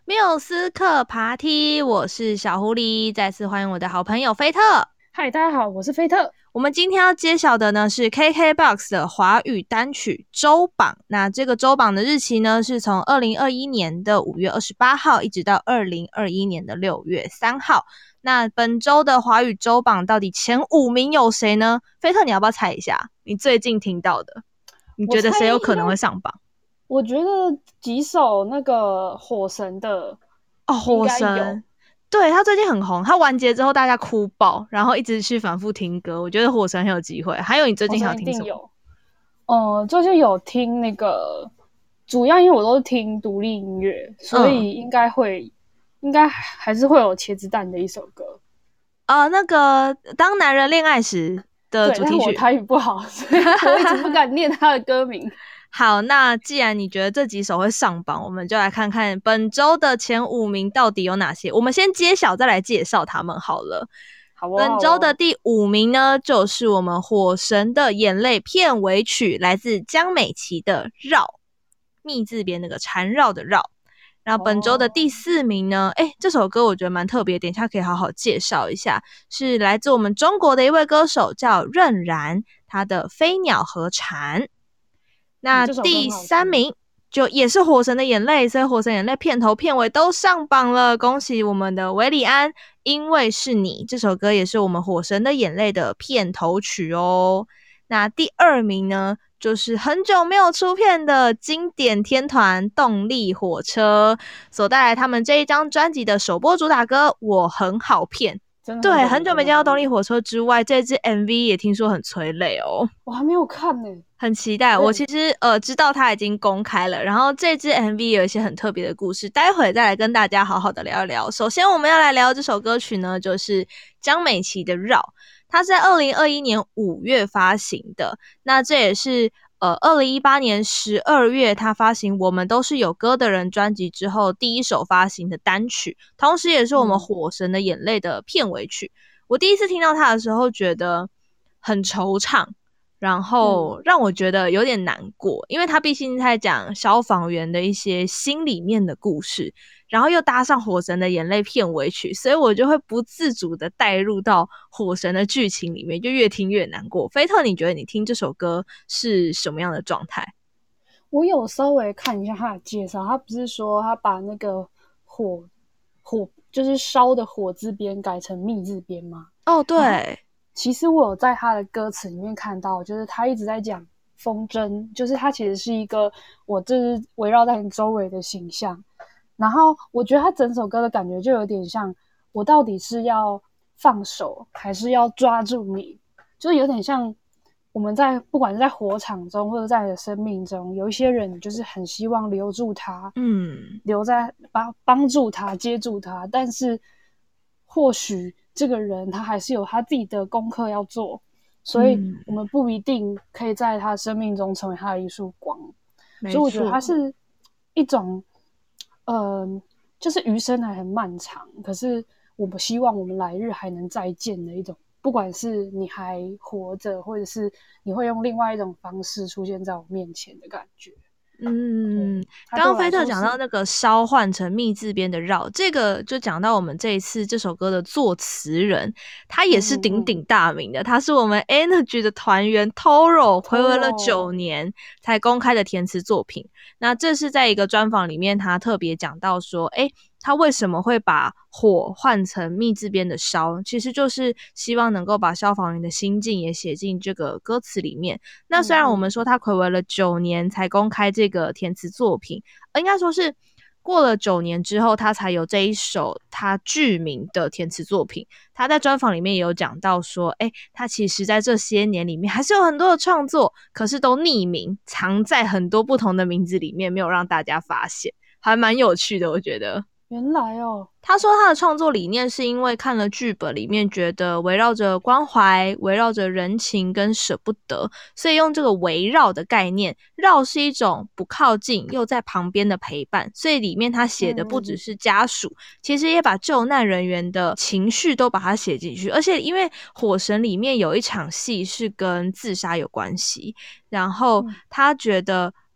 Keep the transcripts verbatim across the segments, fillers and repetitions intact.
缪斯克爬梯，我是小狐狸，再次欢迎我的好朋友菲特。 嗨，大家好，我是菲特。 我们今天要揭晓的呢是 K K B O X 的华语单曲周榜。那这个周榜的日期呢是从二零二一年的五月二十八号一直到二零二一年的六月三号。那本周的华语周榜到底前五名有谁呢？菲特，你要不要猜一下？你最近听到的，你觉得谁有可能会上榜？ 我觉得几首那个火神的哦，火神，对，他最近很红，他完结之后大家哭爆，然后一直去反复听歌。我觉得火神很有机会。还有你最近还有听什么？ 有，呃，最近有听那个，主要因为我都是听独立音乐，所以应该会，嗯、应该还是会有茄子蛋的一首歌。 呃，那个当男人恋爱时的主题曲。 对，但我台语不好，所以我一直不敢念他的歌名。 好，那既然你觉得这几首会上榜，我们就来看看本周的前五名到底有哪些。我们先揭晓，再来介绍他们好了。 好哦， 本周的第五名呢，就是我们火神的眼泪片尾曲，来自江美琪的《绕》，密字边那个缠绕的绕。然后本周的第四名呢，哎、哦，这首歌我觉得蛮特别，等一下可以好好介绍一下，是来自我们中国的一位歌手叫任然，他的《飞鸟和蝉》。那第三名就也是火神的眼泪，所以火神眼泪片头片尾都上榜了，恭喜我们的韦礼安，因为是你，这首歌也是我们火神的眼泪的片头曲哦。那第二名呢，就是很久没有出片的经典天团动力火车所带来他们这一张专辑的首播主打歌《我很好骗》。对，很久没见到动力火车之外，这支 M V 也听说很催泪哦。 我还没有看呢、欸， 很期待。我其实呃知道它已经公开了，然后这支 M V 有一些很特别的故事，待会再来跟大家好好的聊一聊。首先我们要来聊这首歌曲呢，就是江美琪的《绕》，它是在二零二一年五月发行的，那这也是呃，二零一八年十二月，他发行《我们都是有歌的人》专辑之后第一首发行的单曲，同时也是我们《火神的眼泪》的片尾曲。嗯、我第一次听到它的时候，觉得很惆怅，然后让我觉得有点难过，嗯、因为他毕竟在讲消防员的一些心里面的故事，然后又搭上《火神的眼泪》片尾曲，所以我就会不自主的带入到火神的剧情里面，就越听越难过。菲特，你觉得你听这首歌是什么样的状态？ 我有稍微看一下他的介绍，他不是说他把那个火火就是烧的火字边改成密字边吗？ 哦，对。 其实我有在他的歌词里面看到，就是他一直在讲风筝，就是他其实是一个我就是围绕在你周围的形象。然后我觉得他整首歌的感觉就有点像，我到底是要放手还是要抓住你，就是有点像我们在不管是在火场中或者在你的生命中，有一些人就是很希望留住他，嗯，留在帮帮助他接住他，但是或许这个人他还是有他自己的功课要做，所以我们不一定可以在他生命中成为他的一束光。所以我觉得他是一种呃，就是余生还很漫长，可是我们希望我们来日还能再见的一种，不管是你还活着，或者是你会用另外一种方式出现在我面前的感觉。 嗯，刚刚菲特讲到那个烧换成密字边的绕，这个就讲到我们这一次这首歌的作词人，他也是鼎鼎大名的，嗯嗯他是我们 Energy 的团员 Toro， 睽违了九年才公开的填词作品。那这是在一个专访里面，他特别讲到说，诶他为什么会把火换成密字边的烧，其实就是希望能够把消防员的心境也写进这个歌词里面。那虽然我们说他睽违了九年才公开这个填词作品，应该说是过了九年之后他才有这一首他剧名的填词作品。他在专访里面也有讲到说，诶他其实在这些年里面还是有很多的创作，可是都匿名藏在很多不同的名字里面，没有让大家发现，还蛮有趣的我觉得。 原来哦， 他说他的创作理念是因为看了剧本里面觉得围绕着关怀，围绕着人情跟舍不得，所以用这个围绕的概念，绕是一种不靠近又在旁边的陪伴，所以里面他写的不只是家属、嗯、其实也把救难人员的情绪都把它写进去。而且因为火神里面有一场戏是跟自杀有关系，然后他觉得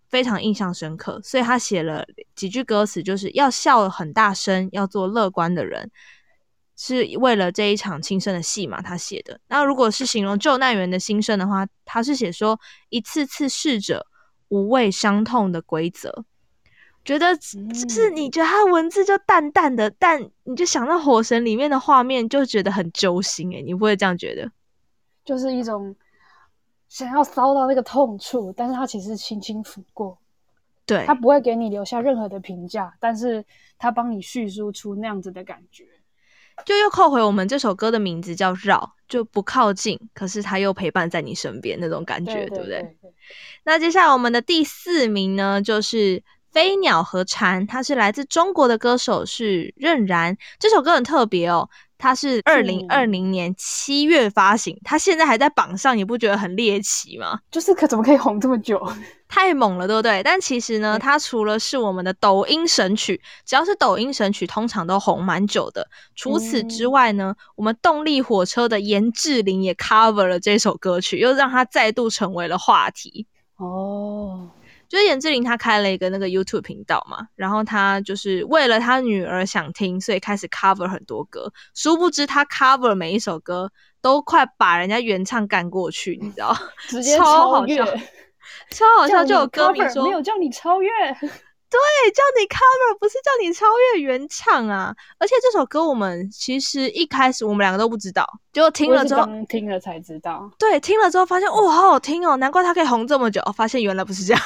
非常印象深刻，所以他写了几句歌词，就是要笑很大声，要做乐观的人，是为了这一场轻生的戏嘛他写的。那如果是形容救难员的心声的话，他是写说一次次逝者无畏伤痛的规则。觉得就是你觉得他的文字就淡淡的，但你就想到火神里面的画面就觉得很揪心诶，你不会这样觉得？ 就是一种想要搔到那个痛处，但是他其实轻轻抚过， 对， 他不会给你留下任何的评价，但是他帮你叙述出那样子的感觉。 就又扣回我们这首歌的名字叫绕，就不靠近，可是他又陪伴在你身边那种感觉， 对, 对, 对不 对, 对, 对？那接下来我们的第四名呢，就是飞鸟和蝉，它是来自中国的歌手是任然。这首歌很特别哦，它是二零二零年七月发行，它现在还在榜上，你不觉得很猎奇吗？ 就是可怎么可以红这么久？ 太猛了，对不对？但其实呢，它除了是我们的抖音神曲，只要是抖音神曲通常都红蛮久的。除此之外呢、嗯、我们动力火车的严志玲也 cover 了这首歌曲，又让它再度成为了话题。 哦， 就是严志玲她开了一个那个 YouTube 频道嘛，然后她就是为了她女儿想听，所以开始 cover 很多歌，殊不知她 cover 每一首歌都快把人家原唱干过去，你知道直接超越， 超好笑，就有歌迷说没有叫你超越， 对，叫你 cover 不是叫你超越原唱啊！而且这首歌我们其实一开始我们两个都不知道，就听了之后， 我是刚听了才知道。 对，听了之后发现哦，好好听哦，难怪它可以红这么久。哦、发现原来不是这样。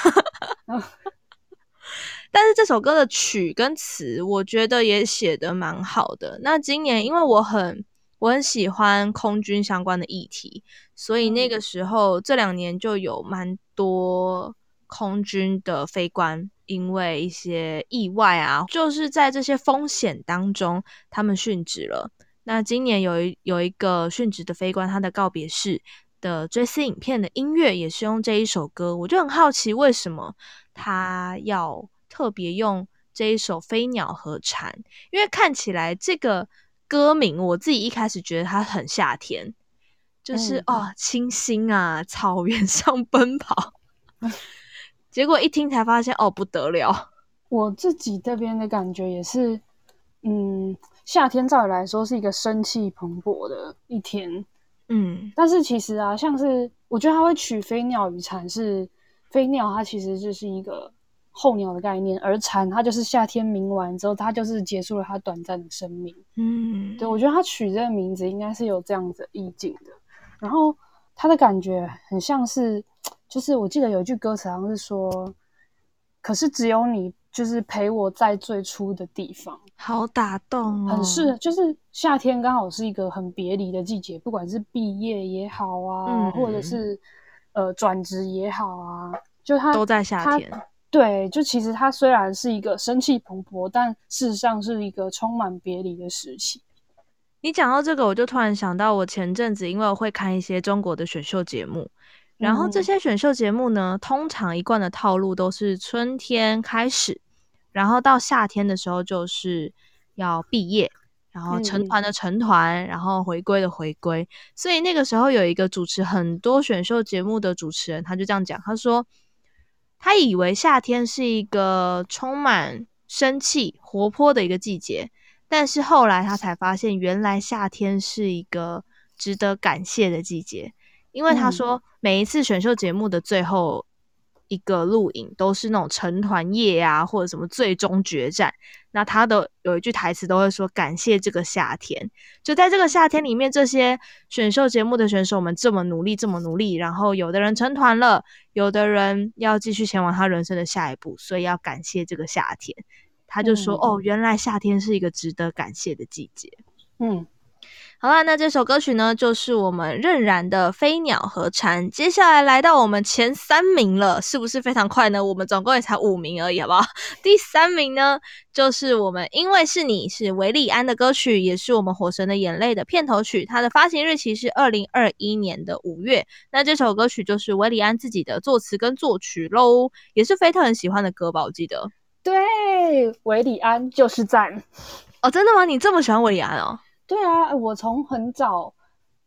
但是这首歌的曲跟词，我觉得也写得蛮好的。那今年因为我很我很喜欢空军相关的议题，所以那个时候、嗯、这两年就有蛮多空军的飞官。因为一些意外啊，就是在这些风险当中他们殉职了。那今年有一有一个殉职的飞官，他的告别式的追思影片的音乐也是用这一首歌，我就很好奇为什么他要特别用这一首飞鸟和蝉，因为看起来这个歌名我自己一开始觉得它很夏天，就是、嗯、哦清新啊，草原上奔跑结果一听才发现哦不得了。 我自己这边的感觉也是嗯，夏天照理来说是一个生气蓬勃的一天，嗯，但是其实啊，像是我觉得它会取飞鸟与蝉，是飞鸟它其实就是一个候鸟的概念，而蝉它就是夏天鸣完之后它就是结束了它短暂的生命。嗯，对，我觉得它取这个名字应该是有这样子的意境的。然后它的感觉很像是就是我记得有一句歌词好像是说，可是只有你就是陪我在最初的地方， 好打动哦。 很是就是夏天刚好是一个很别离的季节，不管是毕业也好啊、嗯、或者是呃转职也好啊，就它都在夏天。 对，就其实它虽然是一个生气蓬勃，但事实上是一个充满别离的时期。 你讲到这个，我就突然想到我前阵子因为我会看一些中国的选秀节目，然后这些选秀节目呢、嗯、通常一贯的套路都是春天开始，然后到夏天的时候就是要毕业，然后成团的成团、嗯、然后回归的回归。所以那个时候有一个主持很多选秀节目的主持人，他就这样讲，他说他以为夏天是一个充满生气活泼的一个季节，但是后来他才发现原来夏天是一个值得感谢的季节。因为他说每一次选秀节目的最后一个录影都是那种成团夜啊，或者什么最终决战，那他的有一句台词都会说感谢这个夏天，就在这个夏天里面，这些选秀节目的选手们这么努力这么努力，然后有的人成团了，有的人要继续前往他人生的下一步，所以要感谢这个夏天。他就说、嗯、哦，原来夏天是一个值得感谢的季节。嗯，好啦，那这首歌曲呢就是我们任然的飞鸟和蝉。接下来来到我们前三名了，是不是非常快呢？我们总共也才五名而已，好不好？第三名呢就是我们因为是你，是韦礼安的歌曲，也是我们火神的眼泪的片头曲，它的发行日期是二零二一年的五月。那这首歌曲就是韦礼安自己的作词跟作曲咯，也是菲特很喜欢的歌吧，我记得。 对，韦礼安就是赞。 哦，真的吗？你这么喜欢韦礼安哦？ 对啊，我从很早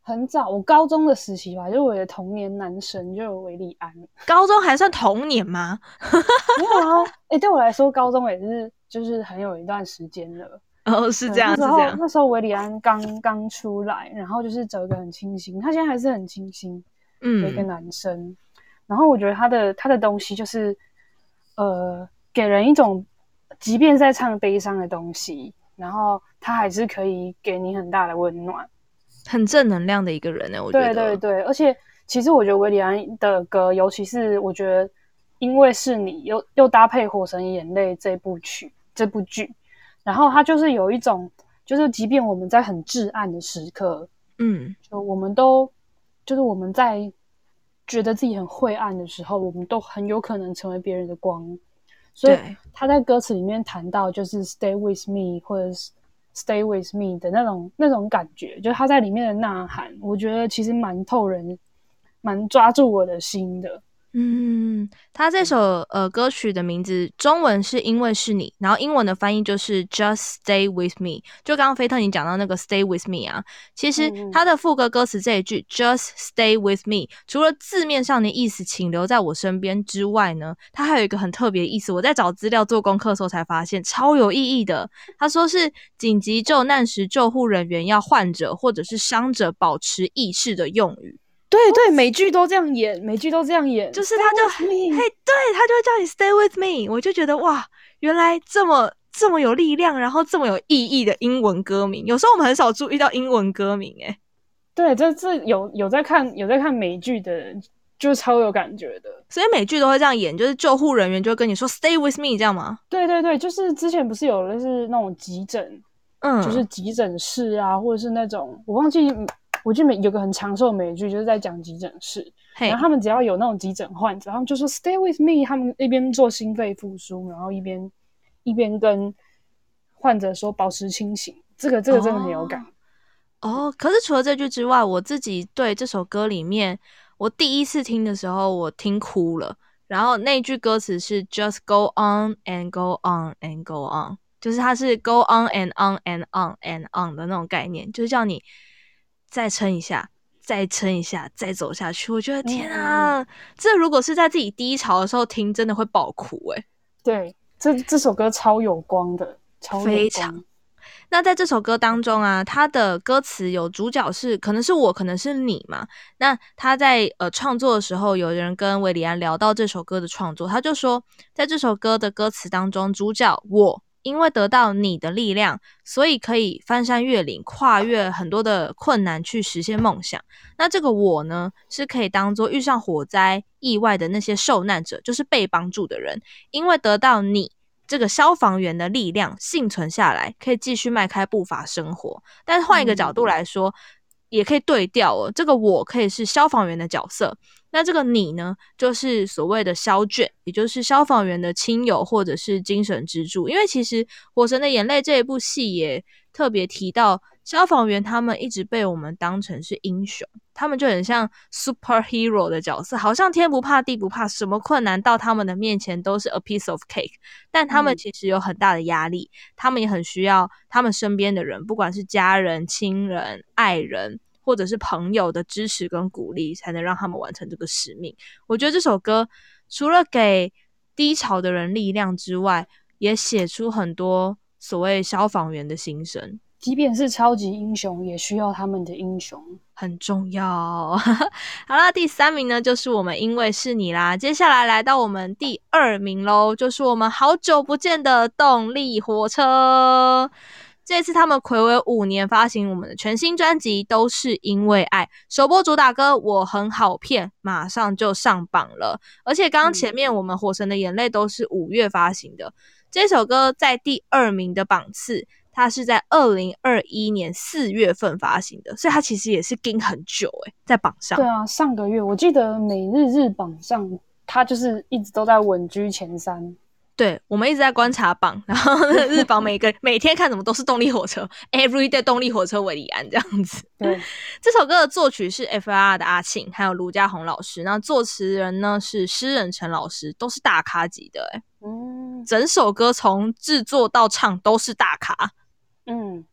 很早，我高中的时期吧，就是我的童年男神就有韦礼安。 高中还算童年吗？ 没有啊，哎、欸，对我来说，高中也是就是很有一段时间了。 哦，是这样， 那时候是这样。 那时候韦礼安刚刚出来，然后就是走一个很清新，他现在还是很清新的一个男生。嗯、然后我觉得他的他的东西就是呃，给人一种，即便在唱悲伤的东西，然后他还是可以给你很大的温暖。 很正能量的一个人呢、欸，我觉得。 对对对，而且其实我觉得韦礼安的歌，尤其是我觉得，因为是你又又搭配《火神眼泪》这部曲这部剧，然后它就是有一种，就是即便我们在很至暗的时刻， 嗯， 就我们都就是我们在觉得自己很晦暗的时候，我们都很有可能成为别人的光。所以他在歌词里面谈到就是 "Stay with me" 或者是Stay with me 的那种那种感觉，就是他在里面的呐喊，我觉得其实蛮透人，蛮抓住我的心的。 嗯，他这首呃歌曲的名字中文是因为是你，然后英文的翻译就是 Just Stay with me。就刚刚菲特你讲到那个 Stay with me 啊，其实他的副歌歌词这一句 Just Stay with me， 除了字面上的意思请留在我身边之外呢，他还有一个很特别的意思，我在找资料做功课的时候才发现超有意义的。他说是紧急救难时救护人员要患者或者是伤者保持意识的用语。 对对，每句都这样演，每句都这样演， 就是他就嘿，对，他就会叫你 stay with me， 我就觉得哇，原来这么这么有力量，然后这么有意义的英文歌名，有时候我们很少注意到英文歌名，哎， 对，这这有有在看有在看美剧的人，就超有感觉的， 所以美剧都会这样演，就是救护人员就会跟你说 stay with me 这样吗？ 对对对，就是之前不是有的是那种急诊，嗯，就是急诊室啊，或者是那种我忘记。我记得有个很长寿的美剧，就是在讲急诊室， hey, 然后他们只要有那种急诊患者，他们就说 "Stay with me"， 他们一边做心肺复苏，然后一边一边跟患者说保持清醒。这个这个真的很有感。 哦，哦可是除了这句之外，我自己对这首歌里面，我第一次听的时候，我听哭了。然后那句歌词是 "Just go on and go on and go on"， 就是它是 "go on and on and on and on" 的那种概念，就是叫你。再撑一下，再撑一下，再走下去。我觉得天啊，嗯、这如果是在自己低潮的时候听，真的会爆哭哎、欸。 对，这这首歌超有光的，超有光非常。那在这首歌当中啊，它的歌词有主角是可能是我，可能是你嘛。那他在呃创作的时候，有人跟韦礼安聊到这首歌的创作，他就说，在这首歌的歌词当中，主角我。因为得到你的力量，所以可以翻山越岭，跨越很多的困难去实现梦想。那这个我呢，是可以当作遇上火灾意外的那些受难者，就是被帮助的人。因为得到你这个消防员的力量，幸存下来，可以继续迈开步伐生活。但是换一个角度来说，嗯、也可以对调哦。这个我可以是消防员的角色。那这个你呢，就是所谓的消眷，也就是消防员的亲友或者是精神支柱。因为其实《火神的眼泪》这一部戏也特别提到，消防员他们一直被我们当成是英雄，他们就很像 superhero 的角色，好像天不怕地不怕，什么困难到他们的面前都是 a piece of cake。但他们其实有很大的压力，嗯、他们也很需要他们身边的人，不管是家人、亲人、爱人。或者是朋友的支持跟鼓励，才能让他们完成这个使命。我觉得这首歌除了给低潮的人力量之外，也写出很多所谓消防员的心声。 即便是超级英雄，也需要他们的英雄， 很重要。好啦，第三名呢，就是我们因为是你啦。接下来来到我们第二名咯，就是我们好久不见的动力火车。这次他们睽违五年发行我们的全新专辑，都是因为爱。首播主打歌《我很好骗》马上就上榜了，而且刚刚前面我们《火神的眼泪》都是五月发行的，这首歌在第二名的榜次，它是在二零二一年四月份发行的，所以它其实也是跟很久诶、欸，在榜上。 对啊，上个月我记得每日日榜上，它就是一直都在稳居前三。 对，我们一直在观察榜，然后日榜每个每天看怎么都是动力火车 ，Everyday 动力火车韦礼安这样子。 对， 这首歌的作曲是 F I R 的阿庆，还有卢家宏老师，那作词人呢是诗人陈老师，都是大咖级的哎、欸。嗯，整首歌从制作到唱都是大咖。 嗯，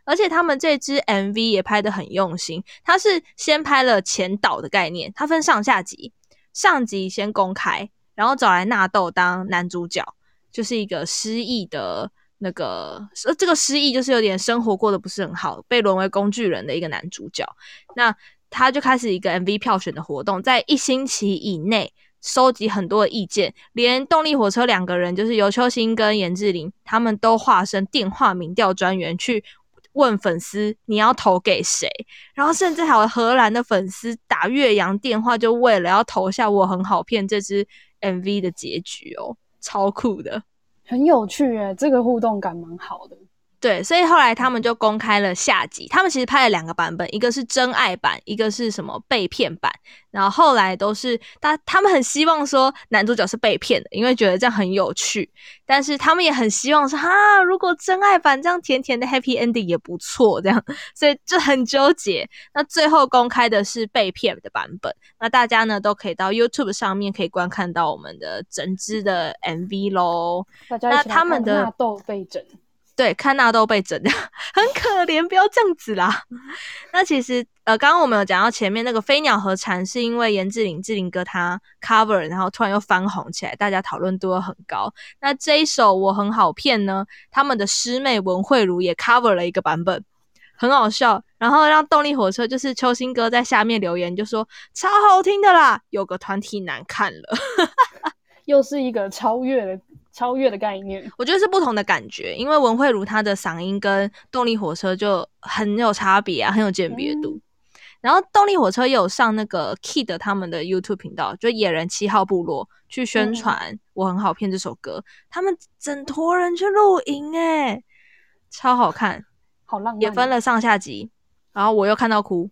而且他们这支 M V 也拍得很用心，他是先拍了前导的概念，它分上下集，上集先公开，然后找来纳豆当男主角，就是一个失忆的那个呃，这个失忆就是有点生活过得不是很好，被沦为工具人的一个男主角。那他就开始一个 M V 票选的活动，在一星期以内收集很多的意见，连动力火车两个人，就是尤秋兴跟颜志玲，他们都化身电话民调专员去问粉丝你要投给谁，然后甚至还有荷兰的粉丝打越洋电话，就为了要投下我很好骗这支 M V 的结局哦，超酷的， 很有趣耶，这个互动感蛮好的。 对，所以后来他们就公开了下集，他们其实拍了两个版本，一个是真爱版，一个是什么被骗版，然后后来都是他他们很希望说男主角是被骗的，因为觉得这样很有趣，但是他们也很希望说哈，如果真爱版这样甜甜的 happy ending 也不错，这样，所以就很纠结。那最后公开的是被骗的版本，那大家呢都可以到 YouTube 上面可以观看到我们的整支的 M V 咯。 大家一起来看纳豆被整。 对，看纳豆被整很可怜，不要这样子啦。那其实呃，刚刚我们有讲到前面那个飞鸟和蝉，是因为颜志玲志玲哥他 cover， 然后突然又翻红起来，大家讨论度又很高。那这一首我很好骗呢，他们的师妹文慧茹也 cover 了一个版本，很好笑。然后让动力火车就是秋兴哥在下面留言就说超好听的啦，有个团体难看了又是一个超越的超越的概念， 我觉得是不同的感觉，因为文慧茹她的嗓音跟动力火车就很有差别啊，很有鉴别度、嗯、然后动力火车也有上那个 Kid 他们的 YouTube 频道，就野人七号部落去宣传我很好骗这首歌、嗯、他们整坨人去露营耶，超好看， 好浪漫， 也分了上下集，然后我又看到哭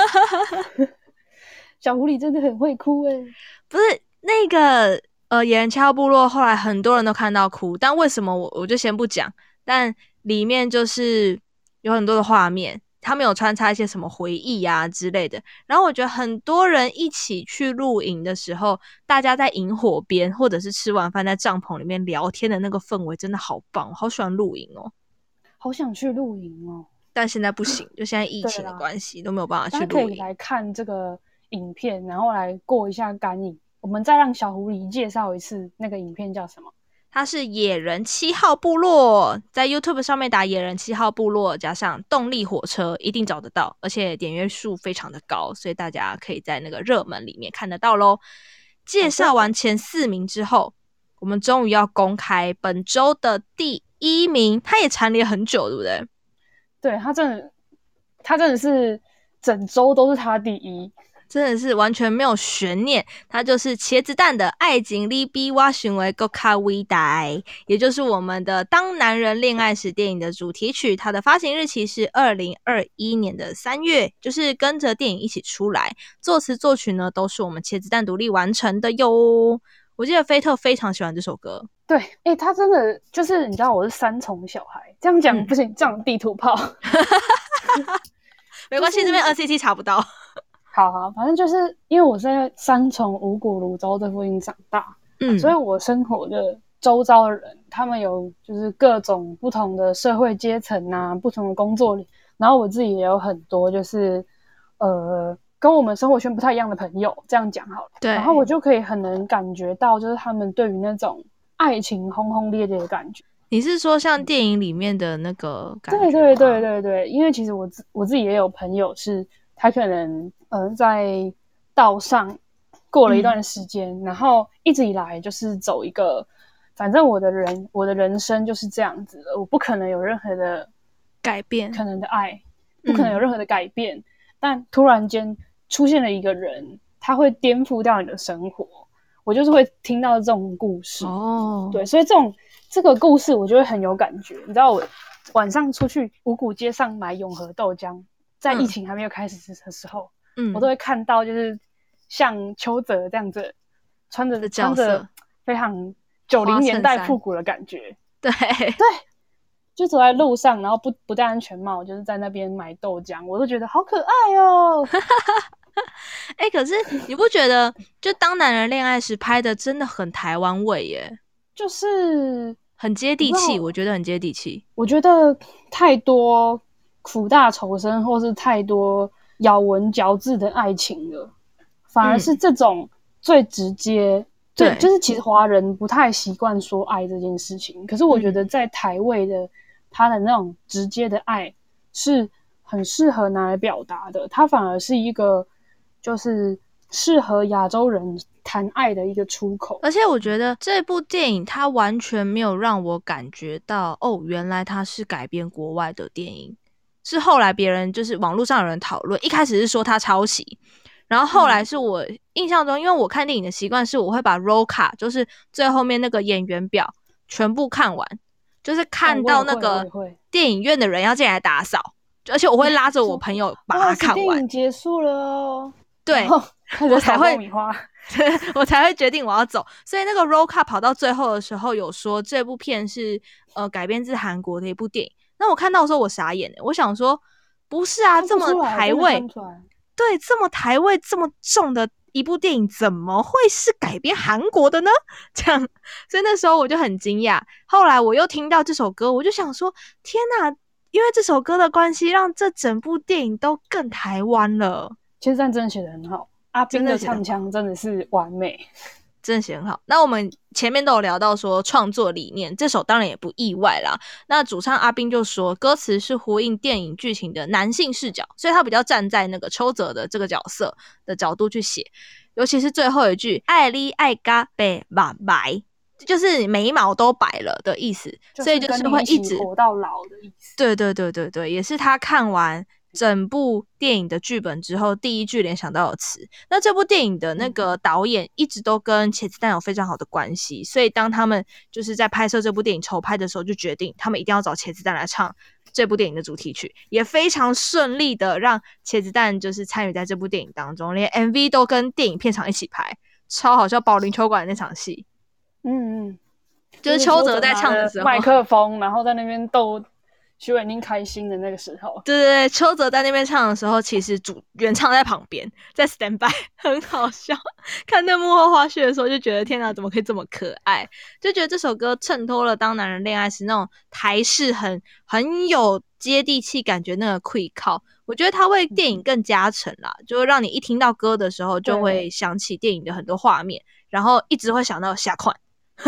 小狐狸真的很会哭耶， 不是那个呃，野人七号部落后来很多人都看到哭，但为什么我我就先不讲，但里面就是有很多的画面，他们有穿插一些什么回忆啊之类的，然后我觉得很多人一起去露营的时候，大家在营火边或者是吃完饭在帐篷里面聊天的那个氛围真的好棒，我好喜欢露营哦， 好想去露营哦， 但现在不行，就现在疫情的关系都没有办法去露营。 大家可以来看这个影片，然后来过一下干瘾。我们再让小狐狸介绍一次那个影片叫什么？ 它是野人七号部落，在 YouTube 上面打野人七号部落加上动力火车一定找得到，而且点阅数非常的高，所以大家可以在那个热门里面看得到咯。介绍完前四名之后，我们终于要公开本周的第一名，他也蝉联很久，对不对？ 对，他真的他真的是整周都是他第一， 真的是完全没有悬念，它就是茄子蛋的《爱情你比我想的更加伟大》，也就是我们的《当男人恋爱时》电影的主题曲。它的发行日期是二零二一年的三月，就是跟着电影一起出来。作词作曲呢，都是我们茄子蛋独立完成的哟。我记得菲特非常喜欢这首歌。 对，哎、欸，他真的就是你知道我是三重小孩，这样讲、嗯、不行，这样地图炮。 没关系，这边 二 C T 查不到。 好好，反正就是因为我在三重五股泸州这附近长大，嗯，所以我生活的周遭的人，他们有就是各种不同的社会阶层啊，不同的工作里，然后我自己也有很多就是呃跟我们生活圈不太一样的朋友，这样讲好了。 对， 然后我就可以很能感觉到，就是他们对于那种爱情轰轰烈烈的感觉。 你是说像电影里面的那个感觉吗？ 对对对对对，因为其实我自我自己也有朋友是。他可能呃在道上过了一段时间、嗯、然后一直以来就是走一个反正我的人我的人生就是这样子的，我不可能有任何的改变， 可能的爱不可能有任何的改变、嗯、但突然间出现了一个人，他会颠覆掉你的生活，我就是会听到这种故事哦。对，所以这种这个故事我就会很有感觉。你知道我晚上出去五股街上买永和豆浆，在疫情还没有开始的时候、嗯、我都会看到就是像邱泽这样子穿着穿着非常九零年代复古的感觉， 对对，就走在路上，然后不不戴安全帽，就是在那边买豆浆，我都觉得好可爱哦。 哎、欸，可是你不觉得就当男人恋爱时拍的真的很台湾味耶， 就是很接地气，我觉得很接地气。 我觉得太多苦大仇深或是太多咬文嚼字的爱情了，反而是这种最直接、嗯、对，就是其实华人不太习惯说爱这件事情，可是我觉得在台味的他的那种直接的爱是很适合拿来表达的，它反而是一个就是适合亚洲人谈爱的一个出口。 而且我觉得这部电影它完全没有让我感觉到哦，原来它是改编国外的电影，是后来别人就是网络上有人讨论，一开始是说它抄袭，然后后来是我印象中、嗯、因为我看电影的习惯是我会把 roll 卡就是最后面那个演员表全部看完，就是看到那个电影院的人要进来打扫，而且我会拉着我朋友把它看完。 电影结束了哦， 对，我才会我才会决定我要走。所以那个 roll call 跑到最后的时候有说这部片是呃改编自韩国的一部电影，那我看到的时候我傻眼了，我想说不是啊，这么台味，对，这么台味这么重的一部电影怎么会是改编韩国的呢？这样，所以那时候我就很惊讶。后来我又听到这首歌，我就想说天哪，因为这首歌的关系让这整部电影都更台湾了。 其实真的写得很好，阿彬的唱腔真的是完美， 真的写得很好。那我们前面都有聊到说创作理念，这首当然也不意外啦。那主唱阿彬就说歌词是呼应电影剧情的男性视角，所以他比较站在那个邱泽的这个角色的角度去写，尤其是最后一句爱你爱嘎白白白，就是眉毛都白了的意思，所以就是会一直活到老的意思。 对对对对对，也是他看完整部电影的剧本之后第一句联想到的词。那这部电影的那个导演一直都跟茄子蛋有非常好的关系，所以当他们就是在拍摄这部电影筹拍的时候就决定他们一定要找茄子蛋来唱这部电影的主题曲，也非常顺利的让茄子蛋就是参与在这部电影当中，连 M V 都跟电影片场一起拍，超好笑。保龄球馆那场戏， 嗯嗯， 就是邱泽在唱的时候， 麦克风然后在那边逗徐伟宁开心的那个时候， 对对对，邱泽在那边唱的时候，其实主原唱在旁边，在 stand by， 很好笑。看那幕后花絮的时候，就觉得天哪，怎么可以这么可爱？就觉得这首歌衬托了当男人恋爱时那种台式很很有接地气感觉那个跪靠。我觉得它为电影更加成啦，就让你一听到歌的时候，就会想起电影的很多画面，然后一直会想到下款。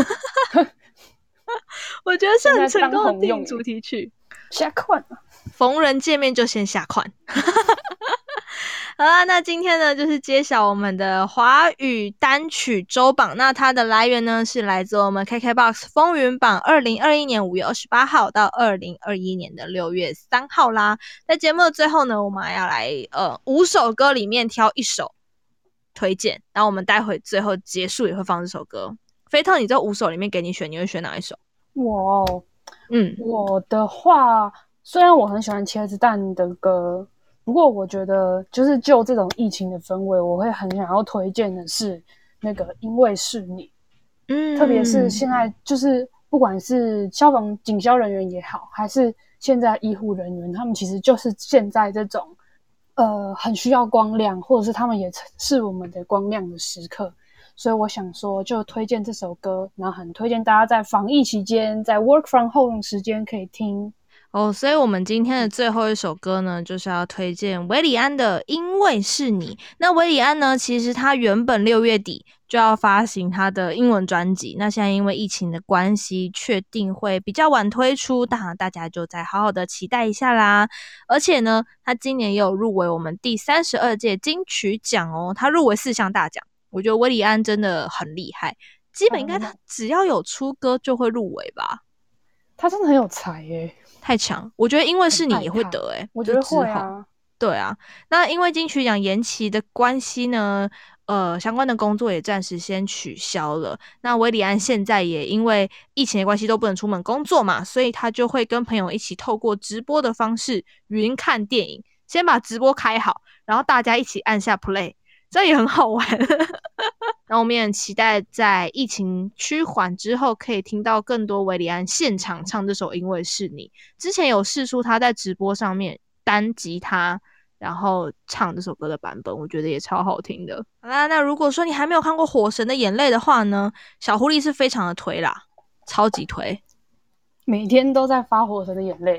我觉得是很成功的电影主题曲。 下款， 逢人见面就先下款。好啦，那今天呢就是揭晓我们的华语单曲周榜，那它的来源呢是来自我们 K K B O X 风云榜二零二一年五月二十八号到二零二一年的六月三号啦。在节目的最后呢，我们还要来呃五首歌里面挑一首推荐，然后我们待会最后结束也会放这首歌。菲特，你这五首里面给你选，你会选哪一首？ 我嗯，我的话，虽然我很喜欢茄子蛋的歌，不过我觉得就是就这种疫情的氛围，我会很想要推荐的是那个因为是你。嗯，特别是现在就是不管是消防警消人员也好，还是现在医护人员，他们其实就是现在这种呃很需要光亮，或者是他们也是我们的光亮的时刻。所以我想说就推荐这首歌，然后很推荐大家在防疫期间在 work from home 时间可以听哦。所以我们今天的最后一首歌呢，就是要推荐韦礼安的因为是你。那韦礼安呢，其实他原本六月底就要发行他的英文专辑，那现在因为疫情的关系确定会比较晚推出，当然大家就再好好的期待一下啦。而且呢他今年也有入围我们第三十二届金曲奖哦，他入围四项大奖。我觉得韦礼安真的很厉害，基本应该他只要有出歌就会入围吧。 他真的很有才耶， 太强。我觉得因为是你也会得耶， 我觉得会啊。 对啊，那因为金曲奖延期的关系呢，呃，相关的工作也暂时先取消了。那韦礼安现在也因为疫情的关系都不能出门工作嘛，所以他就会跟朋友一起透过直播的方式云看电影，先把直播开好，然后大家一起按下 play。这也很好玩。然后我们也很期待在疫情趋缓之后可以听到更多韦礼安现场唱这首因为是你。之前有释出他在直播上面单吉他然后唱这首歌的版本，我觉得也超好听的。好啦，那如果说你还没有看过火神的眼泪的话呢，小狐狸是非常的推啦，超级推， 每天都在发火神的眼泪。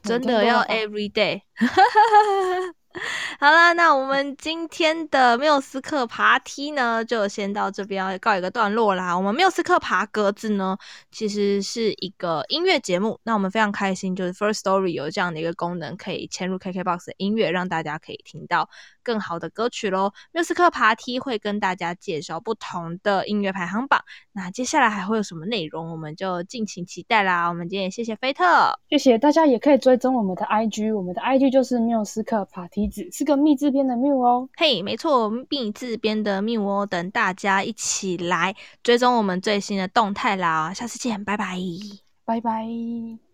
真的要 every day 好啦，那我们今天的缪斯克爬梯呢就先到这边告一个段落啦。我们缪斯克爬格子呢其实是一个音乐节目，那我们非常开心就是 First Story 有这样的一个功能可以嵌入 K K B O X 的音乐，让大家可以听到更好的歌曲咯。缪斯克爬梯会跟大家介绍不同的音乐排行榜，那接下来还会有什么内容我们就敬请期待啦。我们今天也谢谢菲特， 谢谢大家，也可以追踪我们的 I G， 我们的 I G 就是缪斯克爬梯子，是个密字边的缪哦。 嘿、hey, 没错，密字边的缪哦，等大家一起来追踪我们最新的动态啦。下次见，拜拜， 拜拜。